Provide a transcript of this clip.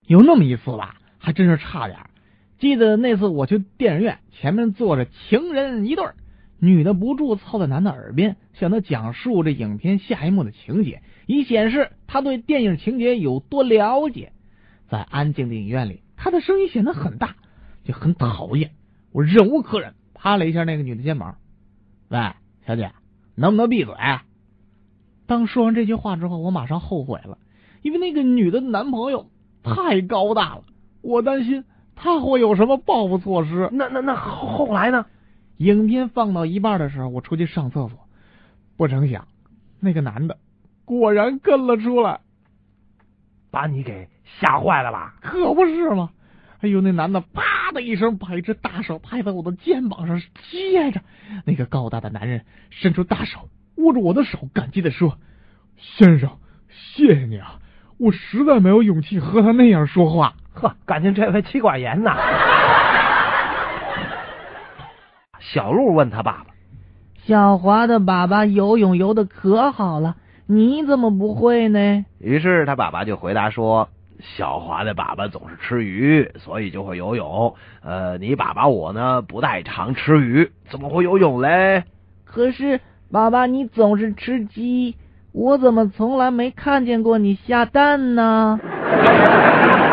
有那么一次吧，还真是差点。记得那次我去电影院，前面坐着情人一对，女的不住凑在男的耳边，向他讲述这影片下一幕的情节，以显示他对电影情节有多了解。在安静的影院里，他的声音显得很大，就很讨厌。我忍无可忍，拍了一下那个女的肩膀：“喂，小姐，能不能闭嘴？”当说完这句话之后，我马上后悔了，因为那个女的男朋友太高大了，我担心他会有什么报复措施。 那后来呢？ 影片放到一半的时候，我出去上厕所，不成想那个男的果然跟了出来， 把你给吓坏了吧？ 可不是吗？哎呦，那男的啪的一声把一只大手拍在我的肩膀上，接着那个高大的男人伸出大手握住我的手，感激地说：“先生，谢谢你啊，我实在没有勇气和他那样说话。” 呵，感情这位妻管严呐。小鹿问他爸爸：“ 小华的爸爸游泳游得可好了，你怎么不会呢？” 于是他爸爸就回答说：“小华的爸爸总是吃鱼，所以就会游泳。你爸爸我呢不太常吃鱼，怎么会游泳嘞？” 可是爸爸你总是吃鸡，我怎么从来没看见过你下蛋呢？